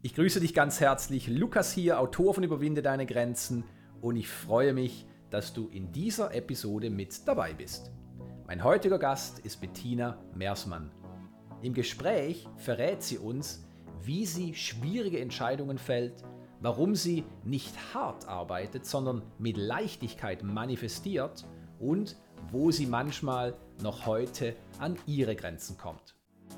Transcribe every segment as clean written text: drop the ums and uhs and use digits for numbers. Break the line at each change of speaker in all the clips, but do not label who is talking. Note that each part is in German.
Ich grüße dich ganz herzlich, Lukas hier, Autor von Überwinde deine Grenzen, und ich freue mich, dass du in dieser Episode mit dabei bist. Mein heutiger Gast ist Bettina Mersmann. Im Gespräch verrät sie uns, wie sie schwierige Entscheidungen fällt, warum sie nicht hart arbeitet, sondern mit Leichtigkeit manifestiert und wo sie manchmal noch heute an ihre Grenzen kommt.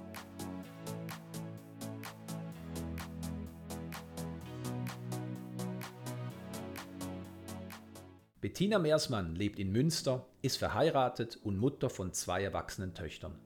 Bettina Mersmann lebt in Münster, ist verheiratet und Mutter von 2 erwachsenen Töchtern.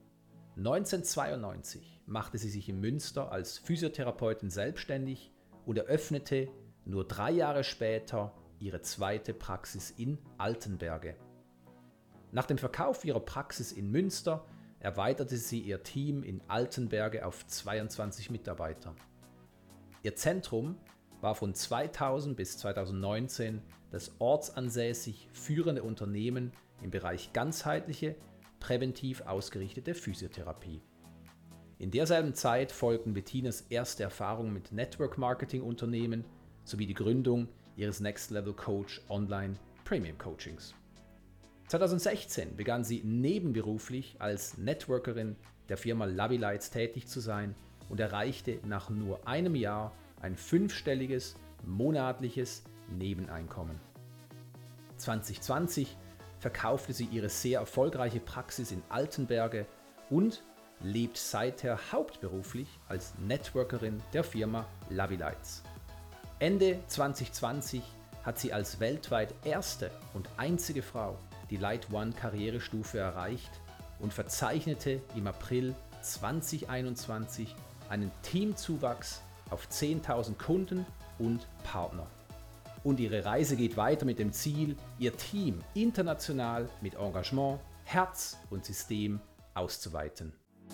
1992 machte sie sich in Münster als Physiotherapeutin selbstständig und eröffnete nur 3 Jahre später ihre zweite Praxis in Altenberge. Nach dem Verkauf ihrer Praxis in Münster erweiterte sie ihr Team in Altenberge auf 22 Mitarbeiter. Ihr Zentrum war von 2000 bis 2019 das ortsansässig führende Unternehmen im Bereich ganzheitliche, präventiv ausgerichtete Physiotherapie. In derselben Zeit folgten Bettinas erste Erfahrungen mit Network-Marketing-Unternehmen sowie die Gründung ihres Next Level Coach Online Premium Coachings. 2016 begann sie nebenberuflich als Networkerin der Firma Lavilites tätig zu sein und erreichte nach nur einem Jahr ein 5-stelliges monatliches Nebeneinkommen. 2020 verkaufte sie ihre sehr erfolgreiche Praxis in Altenberge und lebt seither hauptberuflich als Networkerin der Firma Lavilites. Ende 2020 hat sie als weltweit erste und einzige Frau die Light One Karrierestufe erreicht und verzeichnete im April 2021 einen Teamzuwachs auf 10.000 Kunden und Partner. Und ihre Reise geht weiter mit dem Ziel, ihr Team international mit Engagement, Herz und System auszuweiten.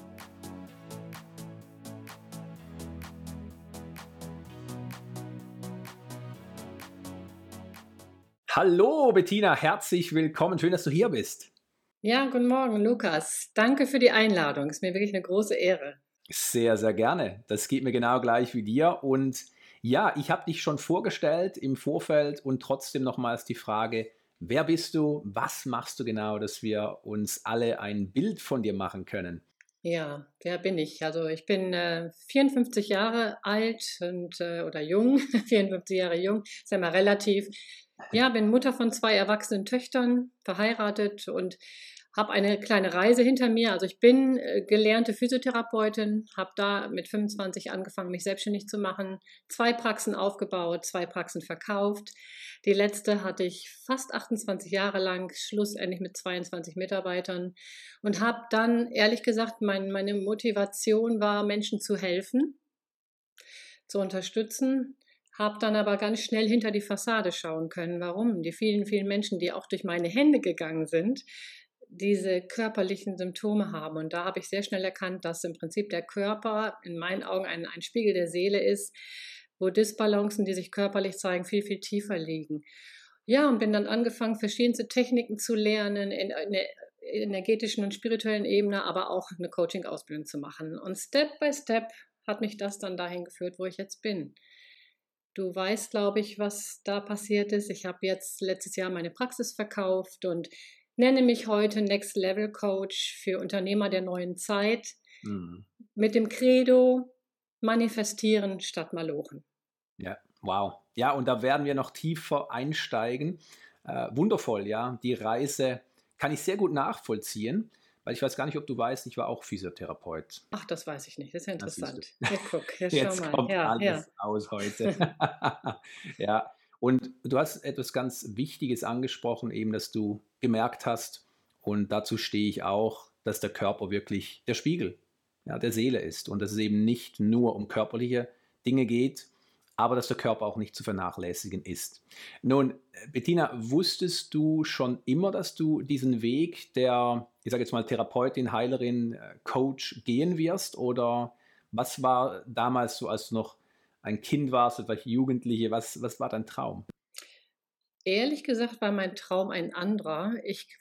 Hallo Bettina, herzlich willkommen. Schön, dass du hier bist.
Ja, guten Morgen, Lukas. Danke für die Einladung. Ist mir wirklich eine große Ehre.
Sehr, sehr gerne. Das geht mir genau gleich wie dir. Und ja, ich habe dich schon vorgestellt im Vorfeld und trotzdem nochmals die Frage, wer bist du, was machst du genau, dass wir uns alle ein Bild von dir machen können?
Ja, wer bin ich? Also ich bin 54 Jahre alt oder jung, 54 Jahre jung, ist ja mal relativ. Ja, bin Mutter von 2 erwachsenen Töchtern, verheiratet und habe eine kleine Reise hinter mir. Also ich bin gelernte Physiotherapeutin, habe da mit 25 angefangen, mich selbstständig zu machen, 2 Praxen aufgebaut, 2 Praxen verkauft. Die letzte hatte ich fast 28 Jahre lang, schlussendlich mit 22 Mitarbeitern und habe dann, ehrlich gesagt, meine Motivation war, Menschen zu helfen, zu unterstützen. Habe dann aber ganz schnell hinter die Fassade schauen können. Warum? Die vielen, vielen Menschen, die auch durch meine Hände gegangen sind, diese körperlichen Symptome haben. Und da habe ich sehr schnell erkannt, dass im Prinzip der Körper in meinen Augen ein Spiegel der Seele ist, wo Disbalancen, die sich körperlich zeigen, viel, viel tiefer liegen. Ja, und bin dann angefangen, verschiedenste Techniken zu lernen, in der energetischen und spirituellen Ebene, aber auch eine Coaching-Ausbildung zu machen. Und Step by Step hat mich das dann dahin geführt, wo ich jetzt bin. Du weißt, glaube ich, was da passiert ist. Ich habe jetzt letztes Jahr meine Praxis verkauft und nenne mich heute Next Level Coach für Unternehmer der neuen Zeit mit dem Credo manifestieren statt malochen.
Ja, wow. Ja, und da werden wir noch tiefer einsteigen. Wundervoll, ja. Die Reise kann ich sehr gut nachvollziehen, weil ich weiß gar nicht, ob du weißt, ich war auch Physiotherapeut.
Ach, das weiß ich nicht. Das ist ja interessant.
Ja,
ja, guck, ja,
jetzt
schau mal.
kommt
Ja,
alles aus heute. Ja, und du hast etwas ganz Wichtiges angesprochen, eben, dass du gemerkt hast, und dazu stehe ich auch, dass der Körper wirklich der Spiegel, ja, der Seele ist und dass es eben nicht nur um körperliche Dinge geht, aber dass der Körper auch nicht zu vernachlässigen ist. Nun, Bettina, wusstest du schon immer, dass du diesen Weg der, ich sage jetzt mal, Therapeutin, Heilerin, Coach gehen wirst? Oder was war damals so, als du noch ein Kind warst, vielleicht Jugendliche, was war dein Traum?
Ehrlich gesagt war mein Traum ein anderer.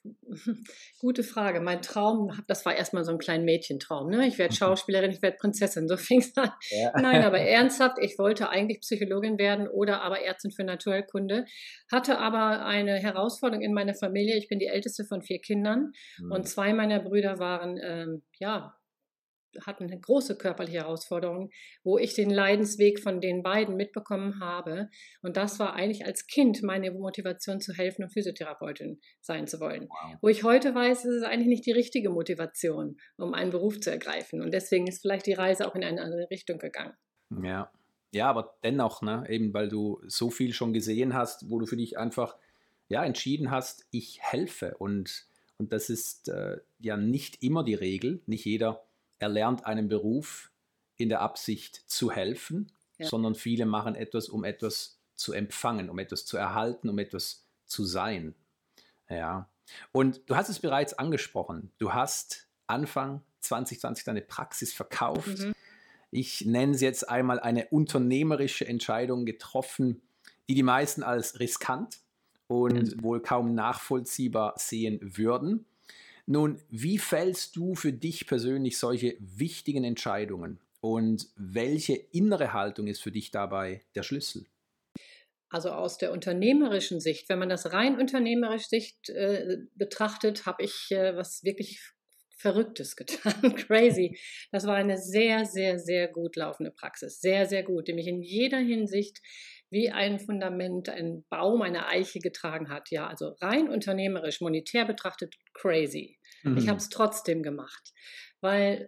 Gute Frage. Mein Traum, das war erstmal so ein kleiner Mädchentraum, ne? Ich werde Schauspielerin, ich werde Prinzessin, so fing's an. Nein, aber
Ja.
ernsthaft, ich wollte eigentlich Psychologin werden oder aber Ärztin für Naturheilkunde, hatte aber eine Herausforderung in meiner Familie. Ich bin die älteste von 4 Kindern und
Hm.
2 meiner Brüder waren, ja, hatten eine große körperliche Herausforderung, wo ich den Leidensweg von den beiden mitbekommen habe. Und das war eigentlich als Kind meine Motivation zu helfen und Physiotherapeutin sein zu wollen.
Wow.
Wo ich heute weiß, ist es eigentlich nicht die richtige Motivation, um einen Beruf zu ergreifen. Und deswegen ist vielleicht die Reise auch in eine andere Richtung gegangen.
Ja. Ja, aber dennoch, ne, eben weil du so viel schon gesehen hast, wo du für dich einfach, ja, entschieden hast, ich helfe. Und das ist ja nicht immer die Regel. Nicht jeder erlernt einen Beruf in der Absicht zu helfen,
Ja.
sondern viele machen etwas, um etwas zu empfangen, um etwas zu erhalten, um etwas zu sein. Ja. Und du hast es bereits angesprochen. Du hast Anfang 2020 deine Praxis verkauft.
Mhm.
Ich nenne es jetzt einmal eine unternehmerische Entscheidung getroffen, die die meisten als riskant und wohl kaum nachvollziehbar sehen würden. Nun, wie fällst du für dich persönlich solche wichtigen Entscheidungen und welche innere Haltung ist für dich dabei der Schlüssel?
Also aus der unternehmerischen Sicht, wenn man das rein unternehmerisch Sicht betrachtet, habe ich was wirklich Verrücktes getan, crazy. Das war eine sehr, sehr, sehr gut laufende Praxis, sehr, sehr gut, die mich in jeder Hinsicht wie ein Fundament, ein Baum, eine Eiche getragen hat. Ja, also rein unternehmerisch, monetär betrachtet, crazy. Ich habe
Mhm.
es trotzdem gemacht, weil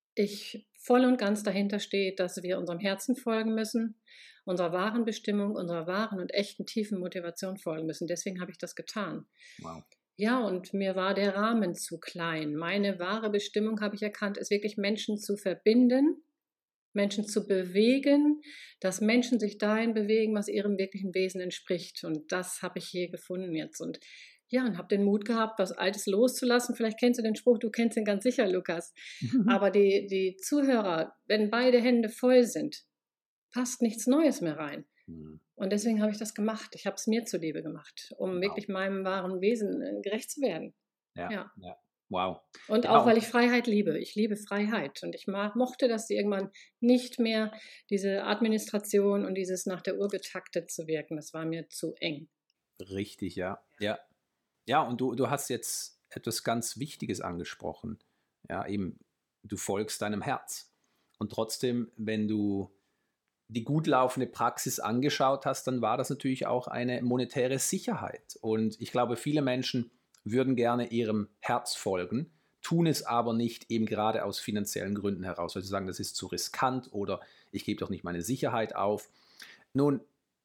ich voll und ganz dahinter stehe, dass wir unserem Herzen folgen müssen, unserer wahren Bestimmung, unserer wahren und echten tiefen Motivation folgen müssen. Deswegen habe ich das getan.
Wow.
Ja, und mir war der Rahmen zu klein. Meine wahre Bestimmung, habe ich erkannt, ist wirklich Menschen zu verbinden, Menschen zu bewegen, dass Menschen sich dahin bewegen, was ihrem wirklichen Wesen entspricht. Und das habe ich hier gefunden jetzt. Und ja, und habe den Mut gehabt, was Altes loszulassen. Vielleicht kennst du den Spruch, du kennst ihn ganz sicher, Lukas. Aber die Zuhörer, wenn beide Hände voll sind, passt nichts Neues mehr rein.
Mhm.
Und deswegen habe ich das gemacht. Ich habe es mir zuliebe gemacht, um
Wow.
wirklich meinem wahren Wesen gerecht zu werden.
Ja,
Ja.
ja. Wow.
Und
Ja,
auch,
und
weil ich Freiheit liebe. Ich liebe Freiheit. Und ich mochte das irgendwann nicht mehr, diese Administration und dieses nach der Uhr getaktet zu wirken. Das war mir zu eng.
richtig, ja. Ja. Ja, und du hast jetzt etwas ganz Wichtiges angesprochen. Ja, eben, du folgst deinem Herz. Und trotzdem, wenn du die gut laufende Praxis angeschaut hast, dann war das natürlich auch eine monetäre Sicherheit. Und ich glaube, viele Menschen würden gerne ihrem Herz folgen, tun es aber nicht eben gerade aus finanziellen Gründen heraus, weil sie sagen, das ist zu riskant oder ich gebe doch nicht meine Sicherheit auf. Nun,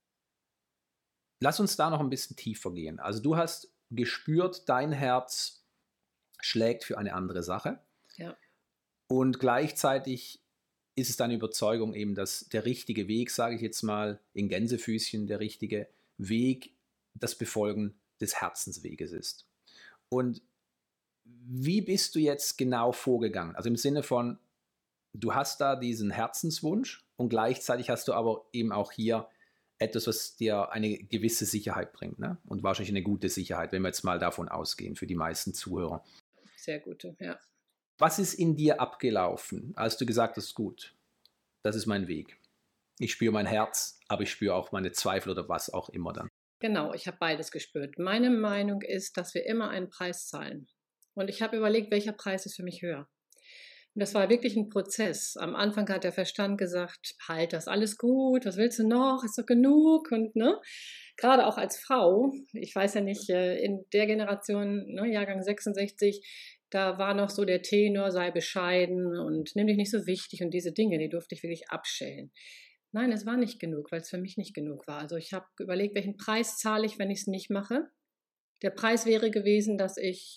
lass uns da noch ein bisschen tiefer gehen. Also du hast gespürt, dein Herz schlägt für eine andere Sache
Ja.
und gleichzeitig ist es deine Überzeugung eben, dass der richtige Weg, sage ich jetzt mal in Gänsefüßchen, der richtige Weg das Befolgen des Herzensweges ist. Und wie bist du jetzt genau vorgegangen? Also im Sinne von, du hast da diesen Herzenswunsch und gleichzeitig hast du aber eben auch hier etwas, was dir eine gewisse Sicherheit bringt, ne? Und wahrscheinlich eine gute Sicherheit, wenn wir jetzt mal davon ausgehen, für die meisten Zuhörer.
Sehr gute, ja.
Was ist in dir abgelaufen, als du gesagt hast, gut, das ist mein Weg? Ich spüre mein Herz, aber ich spüre auch meine Zweifel oder was auch immer dann.
Genau, ich habe beides gespürt. Meine Meinung ist, dass wir immer einen Preis zahlen. Und ich habe überlegt, welcher Preis ist für mich höher. Und das war wirklich ein Prozess. Am Anfang hat der Verstand gesagt, halt, das ist alles gut, was willst du noch, ist doch genug und ne. Gerade auch als Frau, ich weiß ja nicht, in der Generation, ne, Jahrgang 66, da war noch so der Tenor, sei bescheiden und nimm dich nicht so wichtig und diese Dinge, die durfte ich wirklich abschellen. Nein, es war nicht genug, weil es für mich nicht genug war. Also ich habe überlegt, welchen Preis zahle ich, wenn ich es nicht mache. Der Preis wäre gewesen, dass ich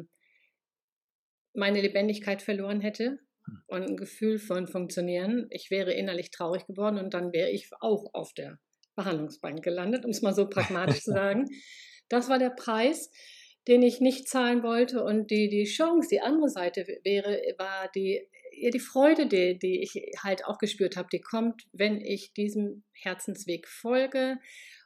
meine Lebendigkeit verloren hätte und ein Gefühl von Funktionieren. Ich wäre innerlich traurig geworden und dann wäre ich auch auf der Behandlungsbank gelandet, um es mal so pragmatisch zu sagen. Das war der Preis, den ich nicht zahlen wollte und die Chance, die andere Seite war die Freude, die ich halt auch gespürt habe, die kommt, wenn ich diesem Herzensweg folge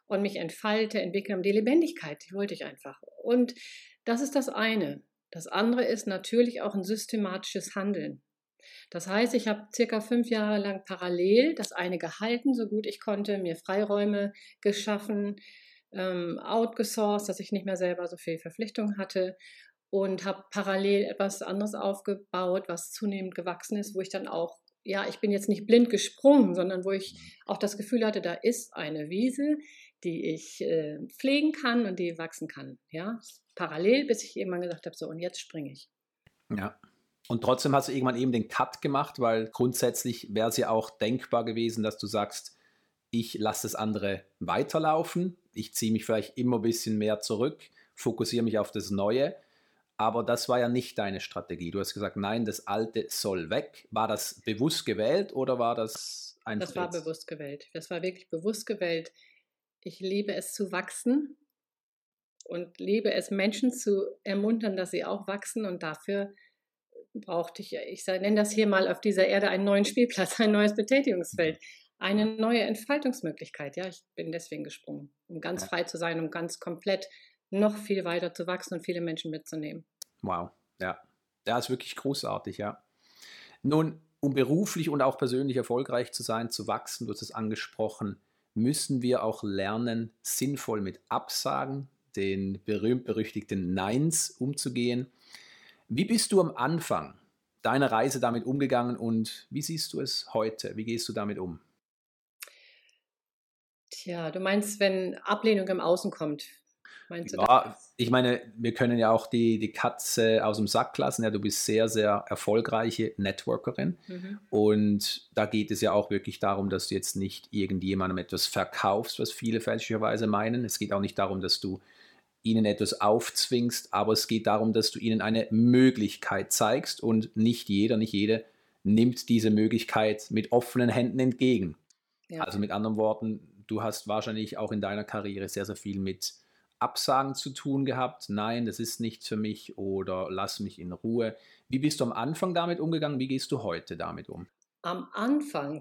und mich entfalte, entwickle. Und die Lebendigkeit, die wollte ich einfach. Und das ist das eine. Das andere ist natürlich auch ein systematisches Handeln. Das heißt, ich habe circa 5 Jahre lang parallel das eine gehalten, so gut ich konnte, mir Freiräume geschaffen, outgesourced, dass ich nicht mehr selber so viel Verpflichtung hatte und habe parallel etwas anderes aufgebaut, was zunehmend gewachsen ist, wo ich dann auch, ja, ich bin jetzt nicht blind gesprungen, sondern wo ich auch das Gefühl hatte, da ist eine Wiese, die ich pflegen kann und die wachsen kann. Ja, parallel, bis ich irgendwann gesagt habe, so und jetzt springe ich.
Ja. Und trotzdem hast du irgendwann eben den Cut gemacht, weil grundsätzlich wäre es ja auch denkbar gewesen, dass du sagst, ich lasse das andere weiterlaufen, ich ziehe mich vielleicht immer ein bisschen mehr zurück, fokussiere mich auf das Neue, aber das war ja nicht deine Strategie. Du hast gesagt, nein, das Alte soll weg. War das bewusst gewählt oder war das einfach
Das war bewusst gewählt. Das war wirklich bewusst gewählt. Ich liebe es zu wachsen und liebe es, Menschen zu ermuntern, dass sie auch wachsen und dafür brauchte ich nenne das hier mal auf dieser Erde einen neuen Spielplatz, ein neues Betätigungsfeld, eine neue Entfaltungsmöglichkeit. Ja, ich bin deswegen gesprungen, um ganz frei zu sein, um ganz komplett noch viel weiter zu wachsen und viele Menschen mitzunehmen.
Wow, ja. Das ist wirklich großartig, ja. Nun, um beruflich und auch persönlich erfolgreich zu sein, zu wachsen, du hast es angesprochen, müssen wir auch lernen, sinnvoll mit Absagen, den berühmt-berüchtigten Neins umzugehen. Wie bist du am Anfang deiner Reise damit umgegangen und wie siehst du es heute? Wie gehst du damit um?
Tja, du meinst, wenn Ablehnung im Außen kommt, meinst du das?
Ja, ich meine, wir können ja auch die Katze aus dem Sack lassen. Ja, du bist sehr, sehr erfolgreiche Networkerin. Und da geht es ja auch wirklich darum, dass du jetzt nicht irgendjemandem etwas verkaufst, was viele fälschlicherweise meinen. Es geht auch nicht darum, dass du ihnen etwas aufzwingst, aber es geht darum, dass du ihnen eine Möglichkeit zeigst und nicht jeder, nicht jede nimmt diese Möglichkeit mit offenen Händen entgegen.
Ja.
Also mit anderen Worten, du hast wahrscheinlich auch in deiner Karriere sehr, sehr viel mit Absagen zu tun gehabt. Nein, das ist nichts für mich oder lass mich in Ruhe. Wie bist du am Anfang damit umgegangen? Wie gehst du heute damit um?
Am Anfang,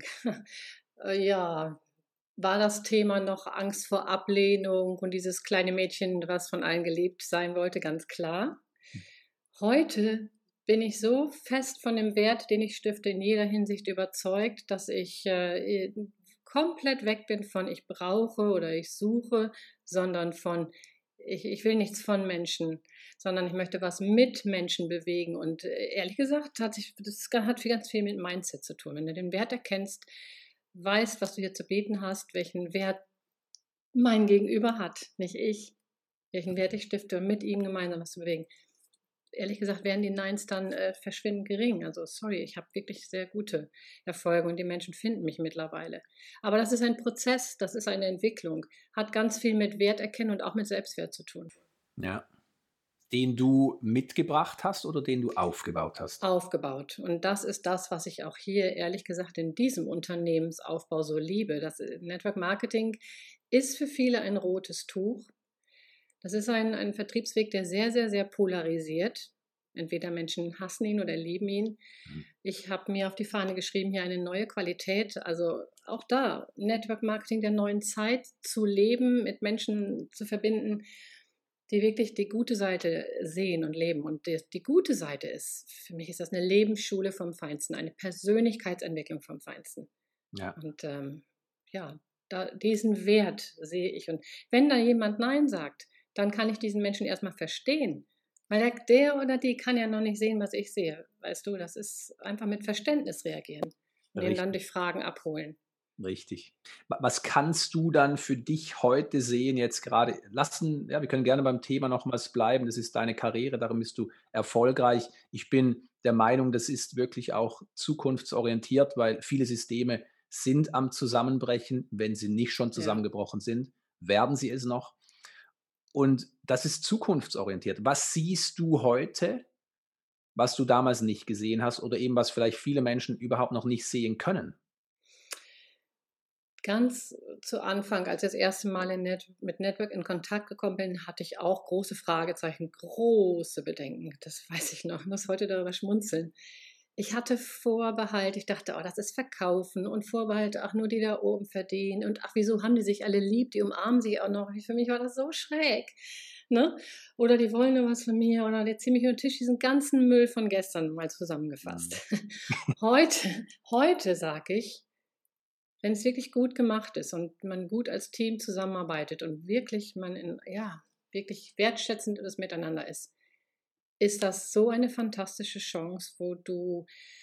ja, war das Thema noch Angst vor Ablehnung und dieses kleine Mädchen, was von allen geliebt sein wollte, ganz klar. Heute bin ich so fest von dem Wert, den ich stifte, in jeder Hinsicht überzeugt, dass ich komplett weg bin von ich brauche oder ich suche, sondern von ich will nichts von Menschen, sondern ich möchte was mit Menschen bewegen. Und ehrlich gesagt, das hat ganz viel mit Mindset zu tun. Wenn du den Wert erkennst, weißt, was du hier zu bieten hast, welchen Wert mein Gegenüber hat, nicht ich, welchen Wert ich stifte, mit ihm gemeinsam was zu bewegen. Ehrlich gesagt werden die Neins dann verschwindend gering. Also sorry, ich habe wirklich sehr gute Erfolge und die Menschen finden mich mittlerweile. Aber das ist ein Prozess, das ist eine Entwicklung, hat ganz viel mit Werterkennen und auch mit Selbstwert zu tun.
Ja. Den du mitgebracht hast oder den du aufgebaut hast?
Aufgebaut. Und das ist das, was ich auch hier ehrlich gesagt in diesem Unternehmensaufbau so liebe. Das Network Marketing ist für viele ein rotes Tuch. Das ist ein Vertriebsweg, der sehr, sehr, sehr polarisiert. Entweder Menschen hassen ihn oder lieben ihn. Ich habe mir auf die Fahne geschrieben, hier eine neue Qualität, also auch da, Network Marketing der neuen Zeit zu leben, mit Menschen zu verbinden, die wirklich die gute Seite sehen und leben. Und die gute Seite ist, für mich ist das eine Lebensschule vom Feinsten, eine Persönlichkeitsentwicklung vom Feinsten.
Ja.
Und ja, diesen Wert sehe ich. Und wenn da jemand Nein sagt, dann kann ich diesen Menschen erstmal verstehen. Weil der oder die kann ja noch nicht sehen, was ich sehe. Weißt du, das ist einfach mit Verständnis reagieren und ihn dann durch Fragen abholen.
Richtig. Was kannst du dann für dich heute sehen, jetzt gerade lassen, ja, wir können gerne beim Thema nochmals bleiben, das ist deine Karriere, darum bist du erfolgreich. Ich bin der Meinung, das ist wirklich auch zukunftsorientiert, weil viele Systeme sind am Zusammenbrechen. Wenn sie nicht schon zusammengebrochen sind, werden sie es noch. Und das ist zukunftsorientiert. Was siehst du heute, was du damals nicht gesehen hast oder eben was vielleicht viele Menschen überhaupt noch nicht sehen können?
Ganz zu Anfang, als ich das erste Mal mit Network in Kontakt gekommen bin, hatte ich auch große Fragezeichen, große Bedenken. Das weiß ich noch. Ich muss heute darüber schmunzeln. Ich hatte Vorbehalt. Ich dachte: „Oh, das ist Verkaufen“, und Vorbehalte: „Ach, nur die da oben verdienen“, und „Ach, wieso haben die sich alle lieb? Die umarmen sich auch noch.“ Für mich war das so schräg, ne? Oder die wollen nur was von mir, oder die ziehen mich unter den Tisch, diesen ganzen Müll von gestern mal zusammengefasst.
Mhm.
Heute sage ich, wenn es wirklich gut gemacht ist und man gut als Team zusammenarbeitet und wirklich man wirklich wertschätzendes Miteinander ist das so eine fantastische Chance, wo du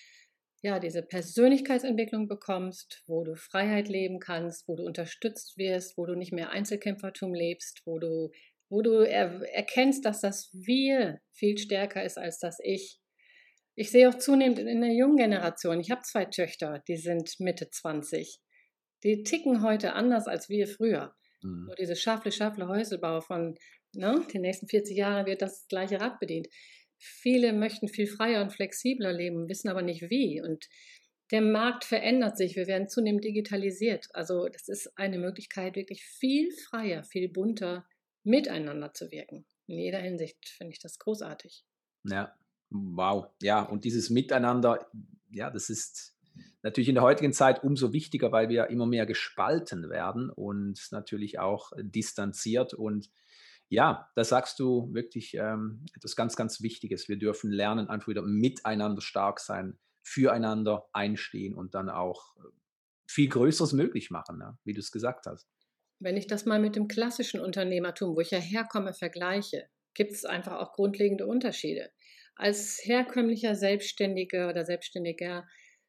ja diese Persönlichkeitsentwicklung bekommst, wo du Freiheit leben kannst, wo du unterstützt wirst, wo du nicht mehr Einzelkämpfertum lebst, wo du erkennst, dass das Wir viel stärker ist als das Ich. Ich sehe auch zunehmend in der jungen Generation, ich habe 2 Töchter, die sind Mitte 20. Die ticken heute anders als wir früher.
Mhm.
Nur diese Schafle Häuselbau von, ne, die nächsten 40 Jahre wird das gleiche Rad bedient. Viele möchten viel freier und flexibler leben, wissen aber nicht wie. Und der Markt verändert sich, wir werden zunehmend digitalisiert. Also das ist eine Möglichkeit, wirklich viel freier, viel bunter miteinander zu wirken. In jeder Hinsicht finde ich das großartig.
Ja, wow. Ja, und dieses Miteinander, ja, das ist natürlich in der heutigen Zeit umso wichtiger, weil wir immer mehr gespalten werden und natürlich auch distanziert. Und ja, da sagst du wirklich etwas ganz, ganz Wichtiges. Wir dürfen lernen, einfach wieder miteinander stark sein, füreinander einstehen und dann auch viel Größeres möglich machen, ja, wie du es gesagt hast.
Wenn ich das mal mit dem klassischen Unternehmertum, wo ich ja herkomme, vergleiche, gibt es einfach auch grundlegende Unterschiede. Als herkömmlicher Selbstständiger oder Selbstständiger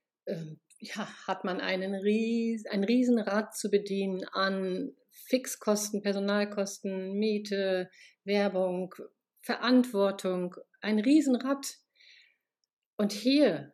ja, hat man ein Riesenrad zu bedienen an Fixkosten, Personalkosten, Miete, Werbung, Verantwortung, ein Riesenrad. Und hier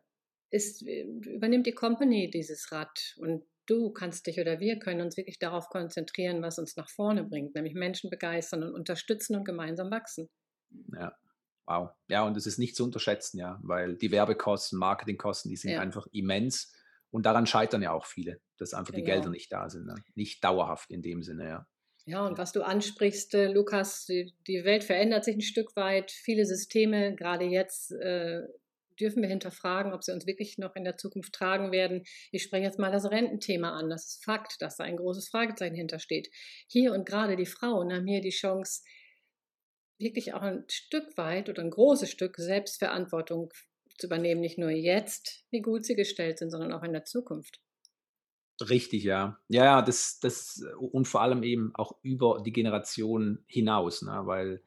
übernimmt die Company dieses Rad, und du kannst dich oder wir können uns wirklich darauf konzentrieren, was uns nach vorne bringt, nämlich Menschen begeistern und unterstützen und gemeinsam wachsen.
Ja, wow. Ja, und es ist nicht zu unterschätzen, ja, weil die Werbekosten, Marketingkosten, die sind
Ja,
einfach immens und daran scheitern ja auch viele, dass einfach die Gelder
genau.
nicht da sind, ne? Nicht dauerhaft in dem Sinne, ja.
Ja, und was du ansprichst, Lukas, die Welt verändert sich ein Stück weit. Viele Systeme, gerade jetzt, dürfen wir hinterfragen, ob sie uns wirklich noch in der Zukunft tragen werden. Ich spreche jetzt mal das Rententhema an. Das ist Fakt, dass da ein großes Fragezeichen hintersteht. Hier und gerade die Frauen haben hier die Chance, wirklich auch ein Stück weit oder ein großes Stück Selbstverantwortung zu übernehmen, nicht nur jetzt, wie gut sie gestellt sind, sondern auch in der Zukunft.
Richtig, ja. Ja, ja, das und vor allem eben auch über die Generation hinaus, ne,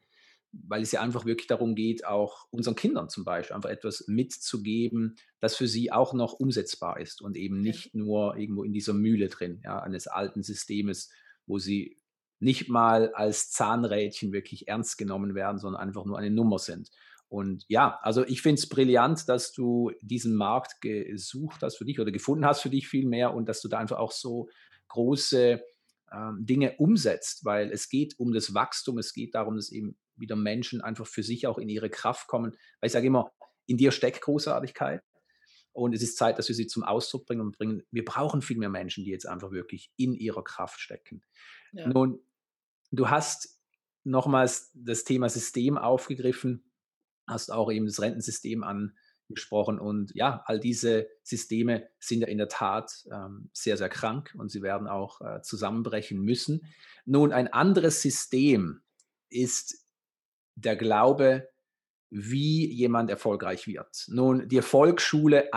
weil es ja einfach wirklich darum geht, auch unseren Kindern zum Beispiel einfach etwas mitzugeben, das für sie auch noch umsetzbar ist und eben
Ja.
nicht nur irgendwo in dieser Mühle drin, ja, eines alten Systems, wo sie nicht mal als Zahnrädchen wirklich ernst genommen werden, sondern einfach nur eine Nummer sind. Und ja, also ich finde es brillant, dass du diesen Markt gesucht hast für dich oder gefunden hast für dich vielmehr und dass du da einfach auch so große Dinge umsetzt, weil es geht um das Wachstum, es geht darum, dass eben wieder Menschen einfach für sich auch in ihre Kraft kommen. Weil ich sage immer, in dir steckt Großartigkeit und es ist Zeit, dass wir sie zum Ausdruck bringen und bringen. Wir brauchen viel mehr Menschen, die jetzt einfach wirklich in ihrer Kraft stecken.
Ja.
Nun, du hast nochmals das Thema System aufgegriffen, hast auch eben das Rentensystem angesprochen und ja, all diese Systeme sind ja in der Tat sehr, sehr krank und sie werden auch zusammenbrechen müssen. Nun, ein anderes System ist der Glaube, wie jemand erfolgreich wird. Nun, die Volksschule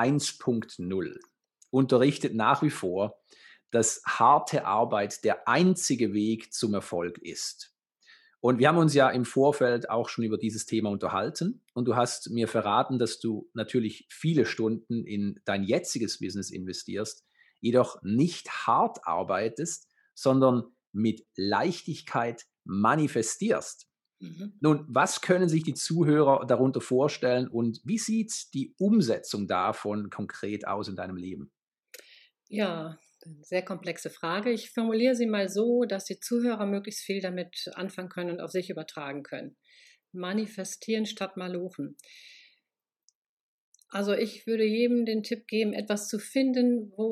1.0 unterrichtet nach wie vor, dass harte Arbeit der einzige Weg zum Erfolg ist. Und wir haben uns ja im Vorfeld auch schon über dieses Thema unterhalten und du hast mir verraten, dass du natürlich viele Stunden in dein jetziges Business investierst, jedoch nicht hart arbeitest, sondern mit Leichtigkeit manifestierst.
Mhm.
Nun, was können sich die Zuhörer darunter vorstellen und wie sieht die Umsetzung davon konkret aus in deinem Leben?
Ja, sehr komplexe Frage. Ich formuliere sie mal so, dass die Zuhörer möglichst viel damit anfangen können und auf sich übertragen können. Manifestieren statt malochen. Also ich würde jedem den Tipp geben, etwas zu finden, wo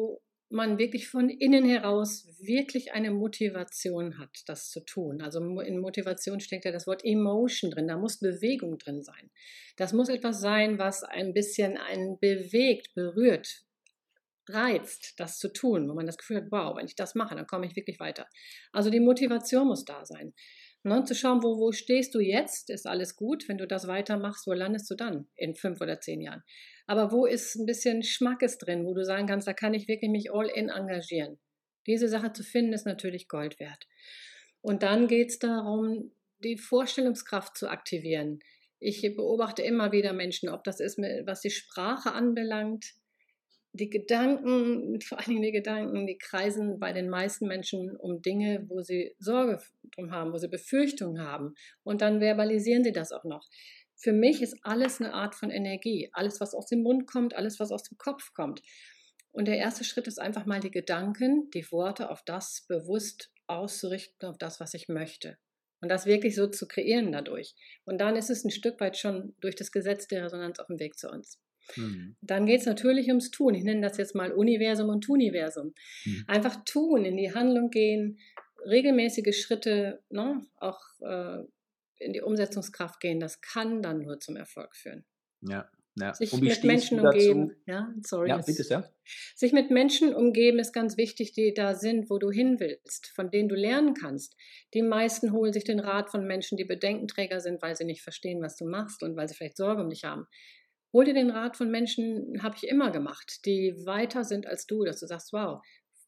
man wirklich von innen heraus wirklich eine Motivation hat, das zu tun. Also in Motivation steckt ja das Wort Emotion drin, da muss Bewegung drin sein. Das muss etwas sein, was ein bisschen einen bewegt, berührt, reizt, das zu tun, wo man das Gefühl hat, wow, wenn ich das mache, dann komme ich wirklich weiter. Also die Motivation muss da sein. Ne, zu schauen, wo stehst du jetzt, ist alles gut. Wenn du das weitermachst, wo landest du dann in 5 oder 10 Jahren? Aber wo ist ein bisschen Schmackes drin, wo du sagen kannst, da kann ich wirklich mich all in engagieren. Diese Sache zu finden, ist natürlich Gold wert. Und dann geht es darum, die Vorstellungskraft zu aktivieren. Ich beobachte immer wieder Menschen, ob das ist, was die Sprache anbelangt, die Gedanken, vor allen Dingen die Gedanken, die kreisen bei den meisten Menschen um Dinge, wo sie Sorge drum haben, wo sie Befürchtungen haben. Und dann verbalisieren sie das auch noch. Für mich ist alles eine Art von Energie. Alles, was aus dem Mund kommt, alles, was aus dem Kopf kommt. Und der erste Schritt ist einfach mal die Gedanken, die Worte auf das bewusst auszurichten, auf das, was ich möchte. Und das wirklich so zu kreieren dadurch. Und dann ist es ein Stück weit schon durch das Gesetz der Resonanz auf dem Weg zu uns. Dann geht es natürlich ums Tun. Ich nenne das jetzt mal Universum und Tuniversum. Einfach tun, in die Handlung gehen, regelmäßige Schritte, ne, auch in die Umsetzungskraft gehen. Das kann dann nur zum Erfolg führen.
Ja.
Sich
Und wie
mit
stehst
Menschen
du dazu?
umgeben. Ja, sorry.
Ja, bitte sehr.
Sich mit Menschen umgeben ist ganz wichtig, die da sind, wo du hin willst, von denen du lernen kannst. Die meisten holen sich den Rat von Menschen, die Bedenkenträger sind, weil sie nicht verstehen, was du machst und weil sie vielleicht Sorge um dich haben. Hol dir den Rat von Menschen, habe ich immer gemacht, die weiter sind als du, dass du sagst, wow,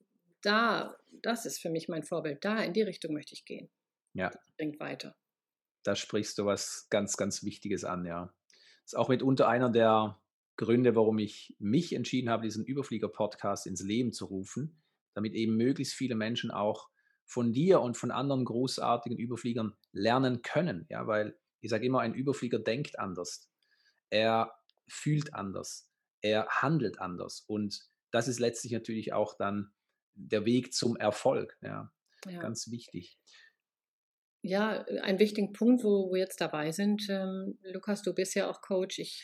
das ist für mich mein Vorbild, in die Richtung möchte ich gehen.
Ja.
Das bringt weiter.
Da sprichst du was ganz, ganz Wichtiges an, ja. Das ist auch mitunter einer der Gründe, warum ich mich entschieden habe, diesen Überflieger-Podcast ins Leben zu rufen, damit eben möglichst viele Menschen auch von dir und von anderen großartigen Überfliegern lernen können. Ja, weil ich sage immer, ein Überflieger denkt anders. Er fühlt anders. Er handelt anders. Und das ist letztlich natürlich auch dann der Weg zum Erfolg. Ja,
Ja.
ganz wichtig.
Ja, einen wichtigen Punkt, wo wir jetzt dabei sind, Lukas, du bist ja auch Coach. Ich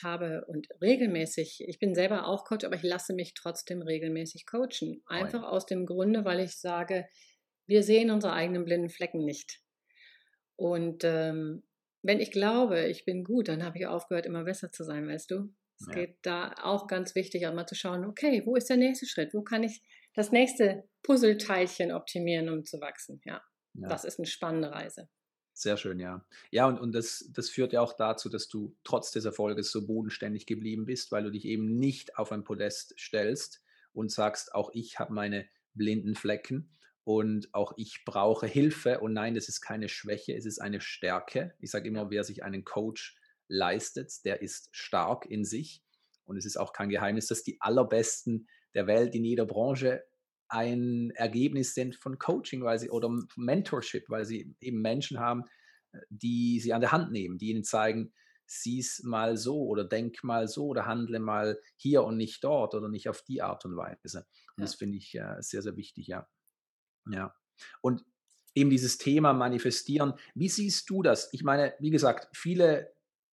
bin selber auch Coach, aber ich lasse mich trotzdem regelmäßig coachen. Einfach aus dem Grunde, weil ich sage, wir sehen unsere eigenen blinden Flecken nicht. Und wenn ich glaube, ich bin gut, dann habe ich aufgehört, immer besser zu sein, weißt du? Es geht da auch ganz wichtig, auch mal zu schauen, okay, wo ist der nächste Schritt? Wo kann ich das nächste Puzzleteilchen optimieren, um zu wachsen? Ja. Das ist eine spannende Reise.
Sehr schön, ja. Ja, und das führt ja auch dazu, dass du trotz des Erfolges so bodenständig geblieben bist, weil du dich eben nicht auf ein Podest stellst und sagst, auch ich habe meine blinden Flecken und auch ich brauche Hilfe. Und nein, das ist keine Schwäche, es ist eine Stärke. Ich sage immer, wer sich einen Coach leistet, der ist stark in sich. Und es ist auch kein Geheimnis, dass die allerbesten der Welt in jeder Branche ein Ergebnis sind von Coaching, oder Mentorship, weil sie eben Menschen haben, die sie an der Hand nehmen, die ihnen zeigen, sieh's mal so oder denk mal so oder handle mal hier und nicht dort oder nicht auf die Art und Weise. Und das finde ich sehr, sehr wichtig, ja. Ja. Und eben dieses Thema Manifestieren, wie siehst du das? Ich meine, wie gesagt, viele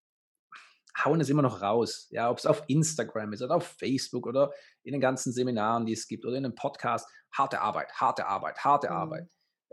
hauen es immer noch raus. Ja, ob es auf Instagram ist oder auf Facebook oder in den ganzen Seminaren, die es gibt oder in einem Podcast. Harte Arbeit, harte Arbeit, harte Arbeit.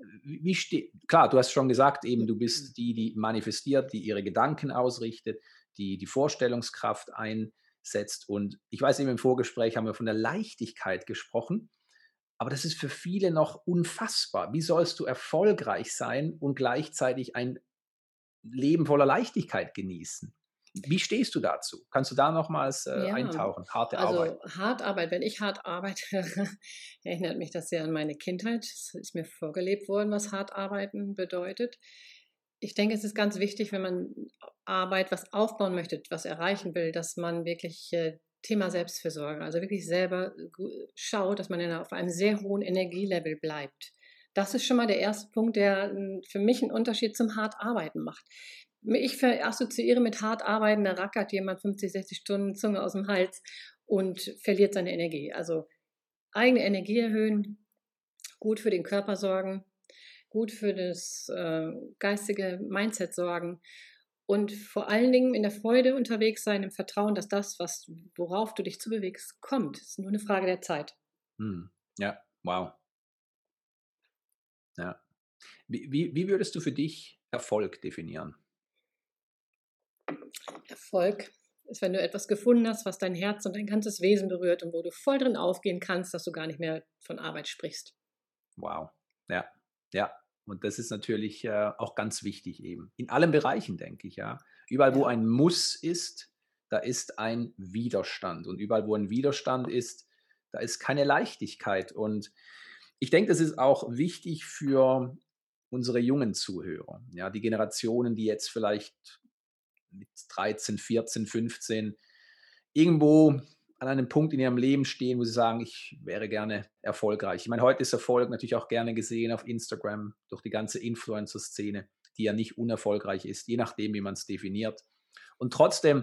Klar, du hast schon gesagt, eben du bist die manifestiert, die ihre Gedanken ausrichtet, die Vorstellungskraft einsetzt. Und ich weiß eben, im Vorgespräch haben wir von der Leichtigkeit gesprochen. Aber das ist für viele noch unfassbar. Wie sollst du erfolgreich sein und gleichzeitig ein Leben voller Leichtigkeit genießen? Wie stehst du dazu? Kannst du da nochmals
Ja,
eintauchen? Harte Arbeit.
also hart Arbeit. Wenn ich hart arbeite, erinnert mich das sehr an meine Kindheit. Es ist mir vorgelebt worden, was hart arbeiten bedeutet. Ich denke, es ist ganz wichtig, wenn man Arbeit was aufbauen möchte, was erreichen will, dass man wirklich Thema Selbstfürsorge, also wirklich selber schaut, dass man auf einem sehr hohen Energielevel bleibt. Das ist schon mal der erste Punkt, der für mich einen Unterschied zum hart arbeiten macht. Ich assoziiere mit hart arbeiten, da rackert jemand 50, 60 Stunden Zunge aus dem Hals und verliert seine Energie. Also eigene Energie erhöhen, gut für den Körper sorgen, gut für das geistige Mindset sorgen und vor allen Dingen in der Freude unterwegs sein, im Vertrauen, dass das, worauf du dich zubewegst, kommt. Es ist nur eine Frage der Zeit.
Ja, wow. Ja. Wie würdest du für dich Erfolg definieren?
Erfolg ist, wenn du etwas gefunden hast, was dein Herz und dein ganzes Wesen berührt und wo du voll drin aufgehen kannst, dass du gar nicht mehr von Arbeit sprichst.
Wow. Ja, ja. Und das ist natürlich, auch ganz wichtig eben. In allen Bereichen, denke ich, ja. Überall, wo
Ja.
ein Muss ist, da ist ein Widerstand. Und überall, wo ein Widerstand ist, da ist keine Leichtigkeit. Und ich denke, das ist auch wichtig für unsere jungen Zuhörer, ja, die Generationen, die jetzt vielleicht mit 13, 14, 15 irgendwo an einem Punkt in ihrem Leben stehen, wo sie sagen, ich wäre gerne erfolgreich. Ich meine, heute ist Erfolg natürlich auch gerne gesehen auf Instagram durch die ganze Influencer-Szene, die ja nicht unerfolgreich ist, je nachdem, wie man es definiert. Und trotzdem,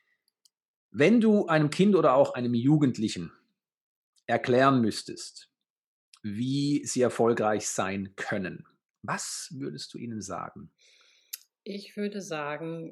wenn du einem Kind oder auch einem Jugendlichen erklären müsstest, wie sie erfolgreich sein können, was würdest du ihnen sagen?
Ich würde sagen,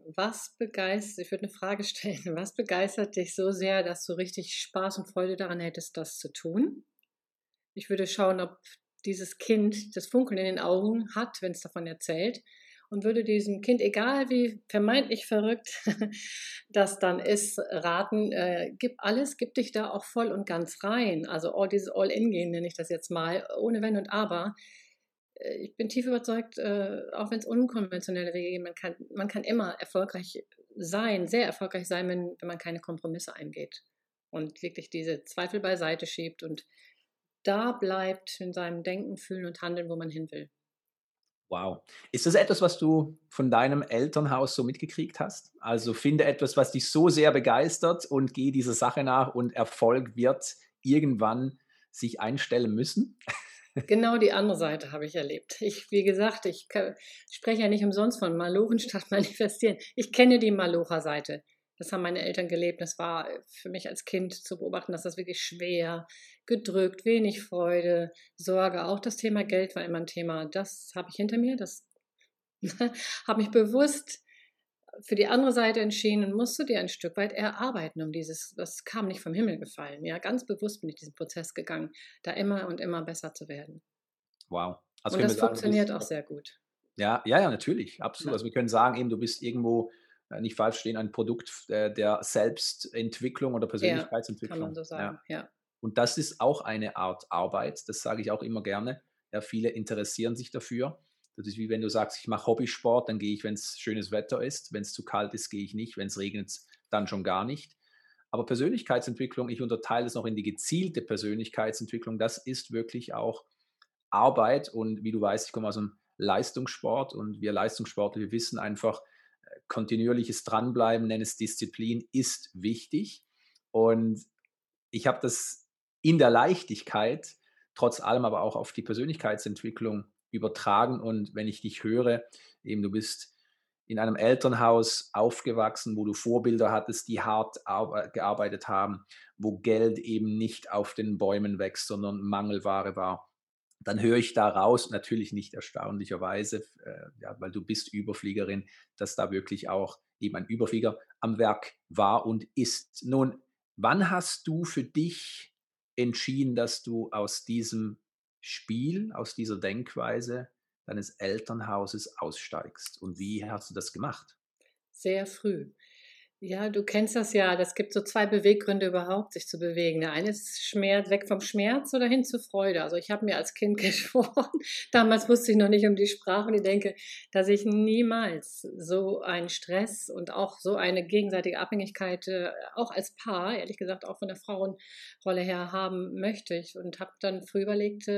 ich würde eine Frage stellen, was begeistert dich so sehr, dass du richtig Spaß und Freude daran hättest, das zu tun? Ich würde schauen, ob dieses Kind das Funkeln in den Augen hat, wenn es davon erzählt, und würde diesem Kind, egal wie vermeintlich verrückt das dann ist, raten, gib alles, gib dich da auch voll und ganz rein. Also dieses All-in-Gehen nenne ich das jetzt mal, ohne Wenn und Aber. Ich bin tief überzeugt, auch wenn es unkonventionelle Wege gibt, man kann immer erfolgreich sein, sehr erfolgreich sein, wenn man keine Kompromisse eingeht und wirklich diese Zweifel beiseite schiebt und da bleibt in seinem Denken, Fühlen und Handeln, wo man hin will.
Wow. Ist das etwas, was du von deinem Elternhaus so mitgekriegt hast? Also finde etwas, was dich so sehr begeistert und geh dieser Sache nach und Erfolg wird irgendwann sich einstellen müssen?
Genau die andere Seite habe ich erlebt. Wie gesagt, spreche ja nicht umsonst von Malochen statt manifestieren. Ich kenne die Malocher-Seite. Das haben meine Eltern gelebt. Das war für mich als Kind zu beobachten, dass das wirklich schwer, gedrückt, wenig Freude, Sorge. Auch das Thema Geld war immer ein Thema. Das habe ich hinter mir. Das habe mich bewusst für die andere Seite entschieden und musste dir ein Stück weit erarbeiten, das kam nicht vom Himmel gefallen. Ja, ganz bewusst bin ich diesen Prozess gegangen, da immer und immer besser zu werden.
Wow. Also
Und
können
das
wir sagen, du
funktioniert
bist
auch sehr gut.
ja, ja, ja, natürlich, absolut.
Ja,
Also wir können sagen eben, du bist irgendwo, nicht falsch verstehen, ein Produkt, der Selbstentwicklung oder
ja, kann man
Persönlichkeitsentwicklung.
so
Ja.
sagen, ja.
Und das ist auch eine Art Arbeit, das sage ich auch immer gerne. Ja, viele interessieren sich dafür. Das ist wie wenn du sagst, ich mache Hobbysport, dann gehe ich, wenn es schönes Wetter ist. Wenn es zu kalt ist, gehe ich nicht. Wenn es regnet, dann schon gar nicht. Aber Persönlichkeitsentwicklung, ich unterteile es noch in die gezielte Persönlichkeitsentwicklung. Das ist wirklich auch Arbeit. Und wie du weißt, ich komme aus dem Leistungssport und wir Leistungssportler, wir wissen einfach, kontinuierliches Dranbleiben, nenn es Disziplin, ist wichtig. Und ich habe das in der Leichtigkeit trotz allem aber auch auf die Persönlichkeitsentwicklung übertragen. Und wenn ich dich höre, eben du bist in einem Elternhaus aufgewachsen, wo du Vorbilder hattest, die hart gearbeitet haben, wo Geld eben nicht auf den Bäumen wächst, sondern Mangelware war, dann höre ich da raus, natürlich nicht erstaunlicherweise, ja, weil du bist Überfliegerin, dass da wirklich auch eben ein Überflieger am Werk war und ist. Nun, wann hast du für dich entschieden, dass du aus diesem Spiel, aus dieser Denkweise deines Elternhauses aussteigst? Und wie hast du das gemacht?
Sehr früh. Ja, du kennst das ja. Das gibt so 2 Beweggründe überhaupt, sich zu bewegen. Der eine ist Schmerz, weg vom Schmerz oder hin zu Freude. Also, ich habe mir als Kind geschworen, damals wusste ich noch nicht um die Sprache und ich denke, dass ich niemals so einen Stress und auch so eine gegenseitige Abhängigkeit, auch als Paar, ehrlich gesagt auch von der Frauenrolle her haben möchte ich und habe dann früh überlegt,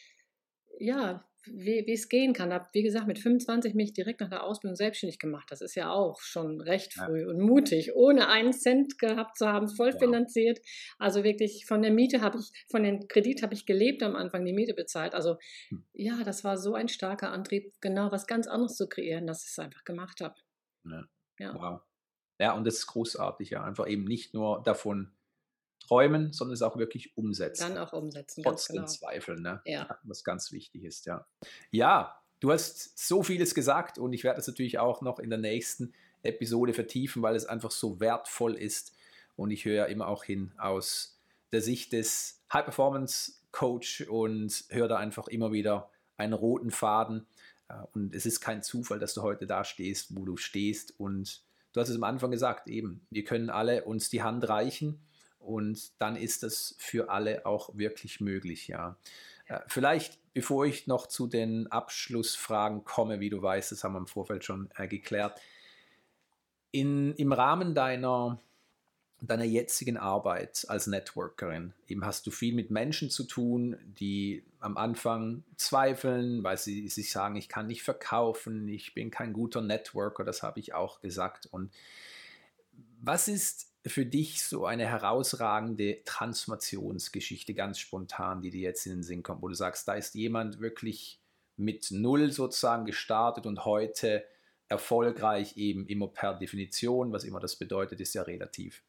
ja, wie es gehen kann. Habe, wie gesagt, mit 25 mich direkt nach der Ausbildung selbstständig gemacht. Das ist ja auch schon recht
Ja,
früh und mutig, ohne einen Cent gehabt zu haben, voll
wow.
finanziert. Also wirklich von dem Kredit habe ich gelebt am Anfang, die Miete bezahlt. Also
Hm,
ja, das war so ein starker Antrieb, genau was ganz anderes zu kreieren, dass ich es einfach gemacht habe.
ja,
Ja,
wow. Ja, und das ist großartig, ja, einfach eben nicht nur davon träumen, sondern es auch wirklich
dann
umsetzen.
auch umsetzen, ganz
Trotz den
genau.
Zweifeln, ne?
Ja.
Ja, was ganz wichtig ist, ja. Ja, du hast so vieles gesagt und ich werde das natürlich auch noch in der nächsten Episode vertiefen, weil es einfach so wertvoll ist und ich höre ja immer auch hin aus der Sicht des High Performance Coach und höre da einfach immer wieder einen roten Faden. Und es ist kein Zufall, dass du heute da stehst, wo du stehst. Und du hast es am Anfang gesagt, eben, wir können alle uns die Hand reichen und dann ist das für alle auch wirklich möglich, ja. Vielleicht, bevor ich noch zu den Abschlussfragen komme, wie du weißt, das haben wir im Vorfeld schon geklärt, im Rahmen deiner jetzigen Arbeit als Networkerin, eben hast du viel mit Menschen zu tun, die am Anfang zweifeln, weil sie sich sagen, ich kann nicht verkaufen, ich bin kein guter Networker, das habe ich auch gesagt. Und was ist für dich so eine herausragende Transformationsgeschichte, ganz spontan, die dir jetzt in den Sinn kommt, wo du sagst, da ist jemand wirklich mit Null sozusagen gestartet und heute erfolgreich, eben immer per Definition, was immer das bedeutet, ist ja relativ.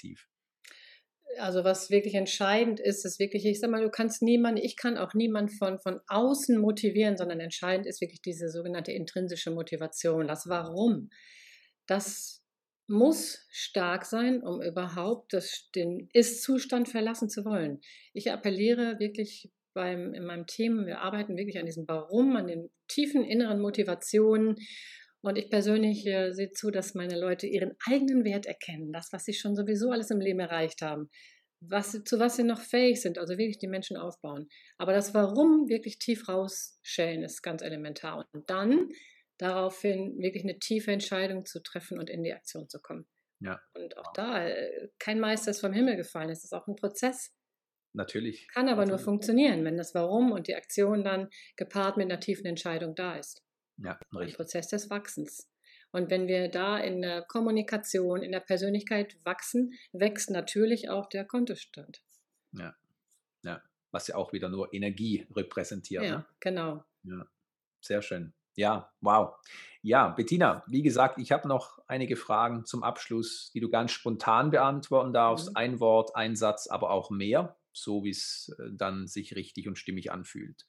Also was wirklich entscheidend ist, ist wirklich, ich sag mal, ich kann auch niemanden von außen motivieren, sondern entscheidend ist wirklich diese sogenannte intrinsische Motivation, das Warum. Das muss stark sein, um überhaupt den Ist-Zustand verlassen zu wollen. Ich appelliere wirklich in meinem Team, wir arbeiten wirklich an diesem Warum, an den tiefen inneren Motivationen. Und ich persönlich sehe zu, dass meine Leute ihren eigenen Wert erkennen, das, was sie schon sowieso alles im Leben erreicht haben, zu was sie noch fähig sind, also wirklich die Menschen aufbauen. Aber das Warum wirklich tief rausschälen ist ganz elementar. Und dann daraufhin wirklich eine tiefe Entscheidung zu treffen und in die Aktion zu kommen.
Ja.
Und auch da, kein Meister ist vom Himmel gefallen, es ist auch ein Prozess.
Natürlich.
Kann aber nur funktionieren, wenn das Warum und die Aktion dann gepaart mit einer tiefen Entscheidung da ist.
Ja,
ein Prozess des Wachsens. Und wenn wir da in der Kommunikation, in der Persönlichkeit wachsen, wächst natürlich auch der Kontostand.
Ja, ja. Was ja auch wieder nur Energie repräsentiert.
Ja,
ne?
Genau.
Ja, sehr schön. Ja, wow. Ja, Bettina, wie gesagt, ich habe noch einige Fragen zum Abschluss, die du ganz spontan beantworten darfst. Ein Wort, ein Satz, aber auch mehr, so wie es dann sich richtig und stimmig anfühlt.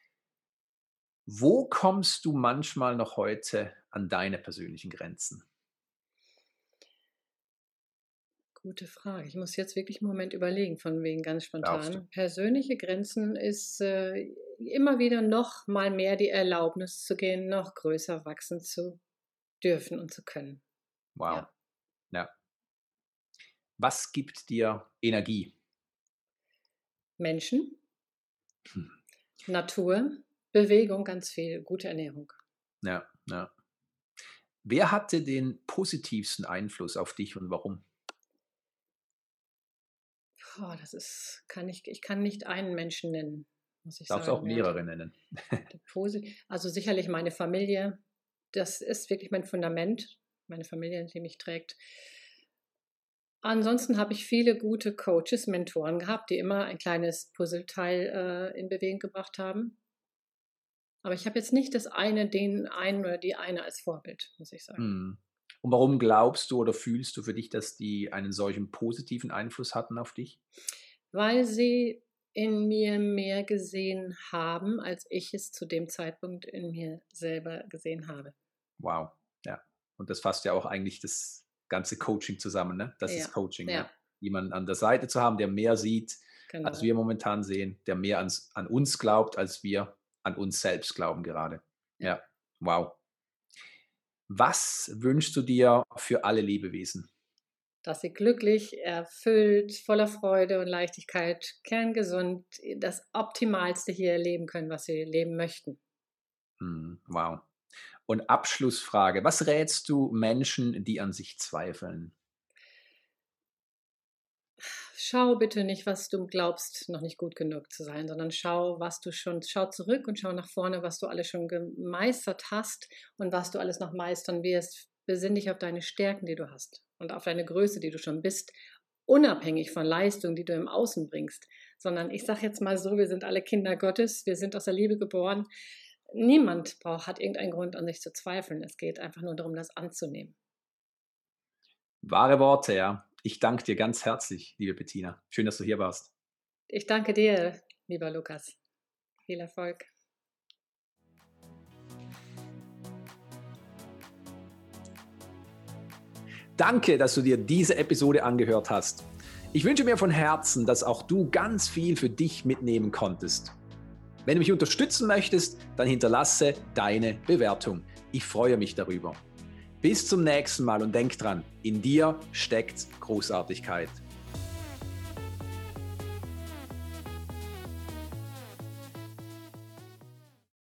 Wo kommst du manchmal noch heute an deine persönlichen Grenzen?
Gute Frage. Ich muss jetzt wirklich einen Moment überlegen, von wegen ganz
Darfst du.
spontan. Persönliche Grenzen ist immer wieder noch mal mehr die Erlaubnis zu gehen, noch größer wachsen zu dürfen und zu können.
Wow.
Ja.
Ja. Was gibt dir Energie?
Menschen, Natur, Bewegung, ganz viel, gute Ernährung.
Ja, ja. Wer hatte den positivsten Einfluss auf dich und warum?
Ich kann nicht einen Menschen nennen, muss ich
Darfst
sagen.
auch mehrere nennen.
Also sicherlich meine Familie, das ist wirklich mein Fundament, meine Familie, die mich trägt. Ansonsten habe ich viele gute Coaches, Mentoren gehabt, die immer ein kleines Puzzleteil in Bewegung gebracht haben. Aber ich habe jetzt nicht den einen oder die eine als Vorbild, muss ich sagen.
Mhm. Und warum glaubst du oder fühlst du für dich, dass die einen solchen positiven Einfluss hatten auf dich?
Weil sie in mir mehr gesehen haben, als ich es zu dem Zeitpunkt in mir selber gesehen habe.
Wow, ja. Und das fasst ja auch eigentlich das ganze Coaching zusammen, ne? Das ist Coaching, ja. Jemanden an der Seite zu haben, der mehr sieht, als wir momentan sehen, der mehr an uns glaubt, als wir an uns selbst glauben gerade. Ja, wow. Was wünschst du dir für alle Lebewesen?
Dass sie glücklich, erfüllt, voller Freude und Leichtigkeit, kerngesund, das Optimalste hier leben können, was sie leben möchten.
Wow. Und Abschlussfrage, was rätst du Menschen, die an sich zweifeln?
Schau bitte nicht, was du glaubst, noch nicht gut genug zu sein, sondern schau zurück und schau nach vorne, was du alles schon gemeistert hast und was du alles noch meistern wirst. Besinn dich auf deine Stärken, die du hast und auf deine Größe, die du schon bist, unabhängig von Leistungen, die du im Außen bringst, sondern ich sage jetzt mal so, wir sind alle Kinder Gottes, wir sind aus der Liebe geboren. Niemand hat irgendeinen Grund, an sich zu zweifeln. Es geht einfach nur darum, das anzunehmen.
Wahre Worte, ja. Ich danke dir ganz herzlich, liebe Bettina. Schön, dass du hier warst.
Ich danke dir, lieber Lukas. Viel Erfolg.
Danke, dass du dir diese Episode angehört hast. Ich wünsche mir von Herzen, dass auch du ganz viel für dich mitnehmen konntest. Wenn du mich unterstützen möchtest, dann hinterlasse deine Bewertung. Ich freue mich darüber. Bis zum nächsten Mal und denk dran, in dir steckt Großartigkeit.